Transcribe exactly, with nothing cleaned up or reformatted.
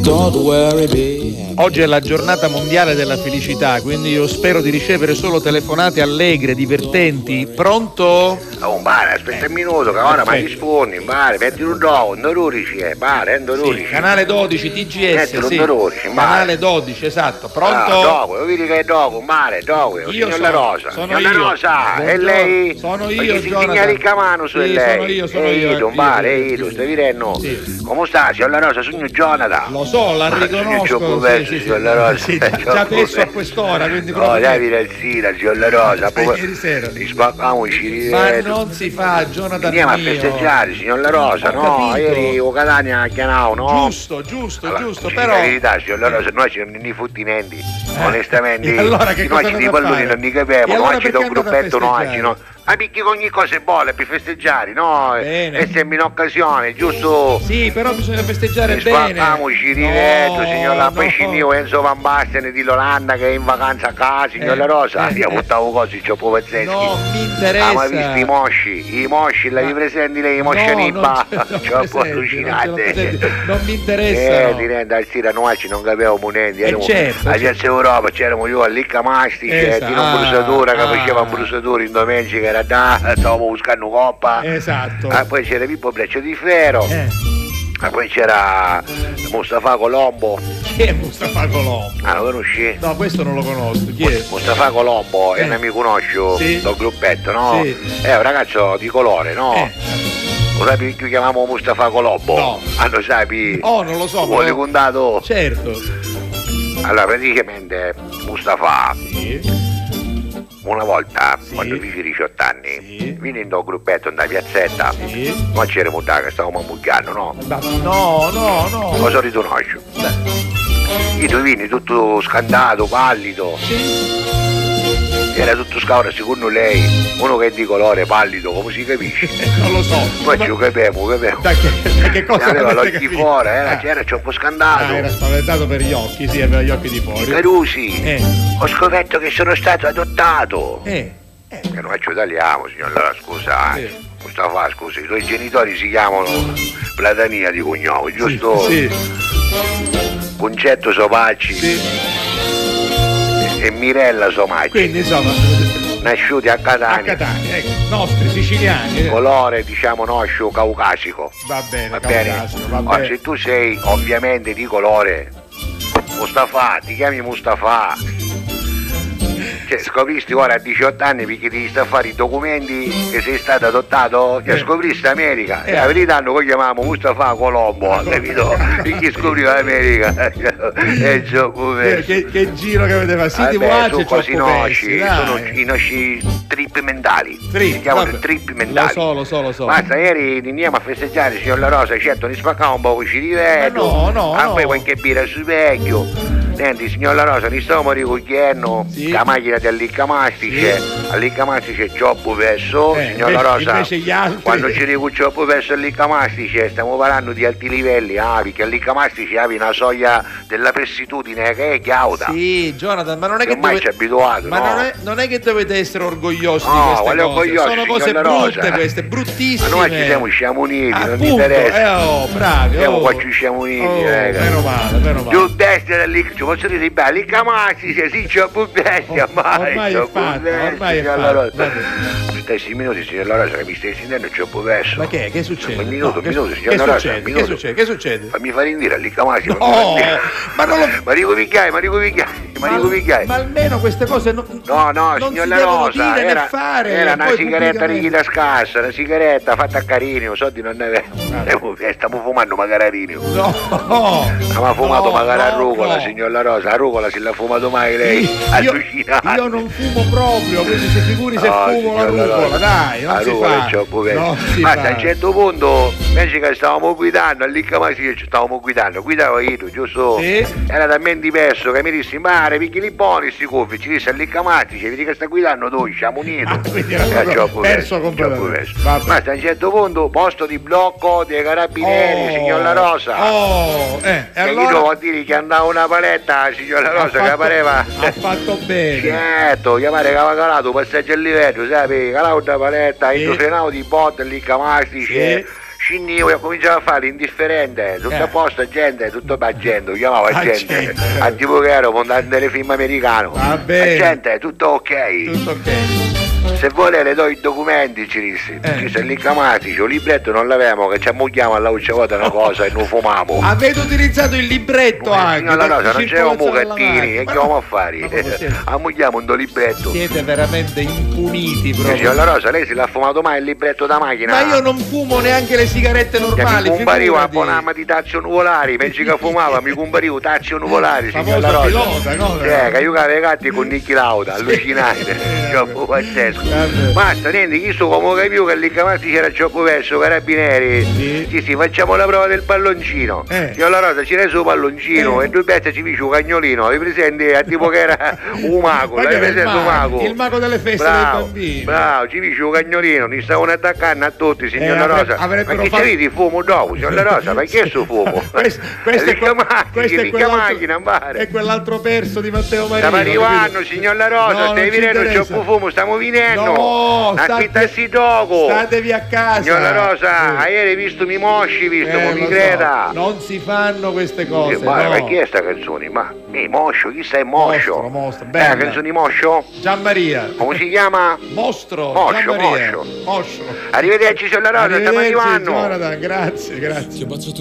Don't worry, be happy. Oggi è la giornata mondiale della felicità, quindi io spero di ricevere solo telefonate allegre, divertenti. Pronto? Oh, mare, aspetta un minuto, che ora mi rispondi, mare, metti un dovo, un dodici, eh, mare, un dodici. Sì, canale dodici T G S, metti un sì. dodici, mare. Canale dodici, esatto. Pronto? Ah, dopo, vedi che è dopo, mare, dopo, Io signor sono, La Rosa. sono signor io. La Rosa, e Buongiorno. lei? Sono io, Perché si Jonathan. segnali mano su Sì, lei. sono io, sono Ehi, io. tu, mare, Io, ehi, tu, sì. stai vedendo? Sì. Come sta, signor La Rosa, sono Jonathan. Lo so, la riconosco. Sì, Sì, sì, signor sì. La Rosa. Sì, già, già adesso a quest'ora, quindi No, proprio. dai, Virazina, signor La Rosa. Ma ieri sera. Rispaccamoci, Ma rivedo. non si fa, Jonathan Andiamo a mio. festeggiare, signor La Rosa, Ho no? capito. Ieri o Catania a Chianao, no? Giusto, giusto, Allora, giusto, sì, però. la verità, signor La Rosa, noi siamo nei fottinenti, onestamente. e allora che noi cosa ci di andate a palloni fare? non ne capiamo, E allora noi ci da un perché andate a gruppetto noi, festeggiare? no? Ma picchi con ogni cosa è buona per festeggiare, no? Bene. E sembra in occasione, giusto? Sì, però bisogna festeggiare bene. Spaccamoci, rivedo, No, signor La Poi no. ci io Enzo Van Basten di Lolanda che è in vacanza a casa, signor Eh, La Rosa. eh, Io eh. buttavo cose, c'ho povezzeschi. Non mi Ah, interessa. ma visti i mosci, i mosci, la Ma- vi presenti lei, i No, moscianibba? non ce- non C'ho un po' presenti, non ce l'ho allucinante. presenti. Non mi interessa. Eh, ti rende al sera noi ci non capivamo niente. Eh, Eravamo certo, a certo. Piazza Europa, c'eravamo io a Licca Mastice, Esatto. Tino Brusatura che Ah, faceva ah. un brusatura in domenica, era da, stavamo buscando coppa. Esatto. Ah, poi c'era Pippo Breccio di Ferro. Eh, Ah, poi c'era Mustafa Colombo. chi è Mustafa Colombo? Ah, lo conosci? No, questo non lo conosco. Chi è? Mustafa Colombo, Eh. è un amico nostro Sì. del gruppetto, no? Sì. È un ragazzo di colore, no? Eh. Lo sai perché lo chiamiamo Mustafa Colombo? No. Ah, lo sai? Oh, non lo so. Vuole però- contato? Certo. Allora, praticamente Mustafa, Sì. una volta, Sì. quando avevi diciotto anni, Sì. vieni in un gruppetto, nella piazzetta, Sì. noi c'eravamo da che stavamo ammugliando, no? Ma- No, no, no. Cosa riconosci? Beh, Io tu vieni tutto scandato, pallido, sì. era tutto scauro secondo lei, uno che è di colore, pallido, come si capisce? Non lo so. Poi Ma- ci capiamo, capiamo. Da che, da che cosa Aveva avete l'occhi capito? fuori, era, Ah. c'era, c'è un po' Ah, scandato. era spaventato per gli occhi, sì, aveva gli occhi di fuori. Carusi, Eh. ho scoperto che sono stato adottato. Eh. Eh. Che non faccio italiano, signor, allora scusa, eh. Sì. Mustafa, scusa, i tuoi genitori si chiamano Platania di cognome, giusto? Sì. Concetto Sopacci Sì. e Mirella Somacci, Quindi insomma, nasciuti a a Catania, Catania, ecco, nostri siciliani. eh. colore diciamo nostro caucasico, Va bene, va bene? caucasico, va Oh, bene. se tu sei ovviamente di colore Mustafa, ti chiami Mustafa. Cioè, scopristi ora a diciotto anni perché ti sta a fare i documenti che sei stato adottato, cioè, Eh. scopriste America. Eh. E la verità noi chiamiamo Mustafa Colombo, capito? Perché scopriva l'America. E gioco Che, che, che giro che avete fatto? Sì, ti Vabbè, piace sono cose troppo nostri, pesci, sono dai. i nostri trip mentali. Trip, si chiamano vabbè. trip Lo mentali. so, lo so, lo so. Basta, ieri andiamo a festeggiare, signor La Rosa, certo, ne spaccavo un po' ci rivedo. Ma no, no, Ah, no. poi qualche birra sul vecchio. Senti, signor La Rosa, ne stiamo ricogliendo Sì. la macchina del Liccamastice. Sì. Al Liccamastice troppo perso, Eh, signor La invece- Rosa. invece gli altri- Quando ci dico troppo perso al Liccamastice, stiamo parlando di alti livelli, ah, perché al Liccamastice avevi una soglia della pressitudine che è chiauda. Sì, Jonathan, ma non è che Ormai ci è dovete... abituato, Ma no? non, è, non è che dovete essere orgogliosi di No, queste quale cose. orgogliosi, Sono cose signor La brutte Rosa. queste, Ma bruttissime. noi ci siamo siamo uniti, non mi Appunto, interessa. eh, oh, bravi. Siamo oh. qua ci siamo uniti, Oh, raga. meno male, meno male. Giù destra lì, ci posso dire beh, lì Camazzi, se si c'è più bestia, Oh, mai. ormai è fatta, ormai è fatta. Stessi minuti, signor La Rosa, che mi stai sentendo, c'è un po' perso. Ma che? Che succede? Un minuto, No, un che, minuto, signor che La Rosa, succede? un Che minuto. succede? Che succede? Fammi fare indire lì Camazzi. No, ma non lo... Ma dico picchiai, ma dico picchiai, ma dico picchiai. ma almeno queste cose non, No, no, non signor si La devono Rosa, dire era, né fare. era una poi sigaretta di pubblicamente. chita scarsa, una sigaretta fatta a carini, soldi non ne avevo. Eh, Stiamo fumando magararini. No, Ma ha fumato no, magari a no, rucola, no. signor La Rosa, a rucola se l'ha fumato mai lei? Io, Allucinante. io non fumo proprio, quindi se figuri se No, fumo la signor La rucola, Rosa, dai, non la si rucola fa. è troppo vecchia. Non si Ma fa. a un certo punto, invece che stavamo guidando, lì che ci stavamo guidando, guidavo io, giusto? Sì. Era da me diverso, che mi disse, mare, picchi li buoni sti cuffi, ci disse lì Camazzi, vedi che sta guidando tu, siamo uniti. Ah, quindi era Eh, proprio troppo perso troppo completamente. perso. Vabbè. Ma a un certo punto, posto di blocco dei carabinieri, signor La Rosa. Oh, eh, e E io allora devo dire che andava una paletta, signor La ha Rosa, che fatto- pareva... ha fatto bene. Certo, chiamare che aveva calato passaggio a livello, sai, calavo una paletta, Sì. io frenavo di botte lì, camastice, Sì. scendivo e cominciavo a fare l'indifferente, tutto Eh. a posto, gente, tutto agendo, chiamavo Ah, gente, gente. a tipo che ero con un telefilm americano. Vabbè. Gente, tutto ok. Tutto ok. Se vuole le do i documenti, ci disse. Eh. Ci siamo incamati, un libretto non l'avevamo, che ci ammugliamo alla uccia volta una cosa e non fumavo. Avete utilizzato il libretto anche. Signor La per Rosa, non c'erano circolazione mucchettini, alla che macchina. chiamo a Ma fare? come siete? Ammugliamo un do libretto. Siete veramente impuniti Signor proprio. La Rosa, lei si l'ha fumato mai il libretto da macchina? Ma io non fumo neanche le sigarette Che normali. mi comparivo a figurati. Bonama di taccio nuvolari, pensi che fumava, mi comparivo taccio nuvolari, signor La Famoso Rosa. pilota, cosa? Sì, che giocava ai gatti con Nicky Lauda, allucinante, Eh, troppo pazzesco. Vabbè. Basta, niente, chi sto come capivo che lì chiamati c'era Gioppo Verso, carabinieri. Sì. Sì, sì, facciamo la prova del palloncino. Eh. Signor La Rosa, ci reso un palloncino Eh. e due pezzi ci fece un cagnolino, hai presente? A tipo che era un mago, Ma l'hai che è il presente un mago? mago? Il mago delle feste Bravo, dei bambini. bravo, ci fece un cagnolino, mi stavano attaccando a tutti, signor Eh, La avre- Rosa. avrebbero Ma che fatto- c'è di fumo dopo, signor La Rosa? Ma che è su fumo? Questo, questo è, quella que- questo è quell'altro, macchina, mare. è quell'altro perso di Matteo Marino. Stiamo arrivando, capito? signor La Rosa, No, non stai ci venendo, interessa. c'ho fumo, stiamo venendo. No, state- Affittassi dopo. Statevi a casa. Signor La Rosa, Eh. ieri visto mi mosci, visto, Eh, mo mi lo so. creda. Non si fanno queste cose. Eh, ma, no. ma chi è sta canzone? Ma, eh, Moscio, chi sta in Moscio? Mostro, mostro, Eh, bella. la canzone di Moscio? Gianmaria. Come si chiama? Mostro. Moscio, Gianmaria. Moscio. Moscio. Arrivederci, signor La Rosa, stiamo Arrivederci, arrivando. Jonathan, grazie, grazie. Ti ho baciato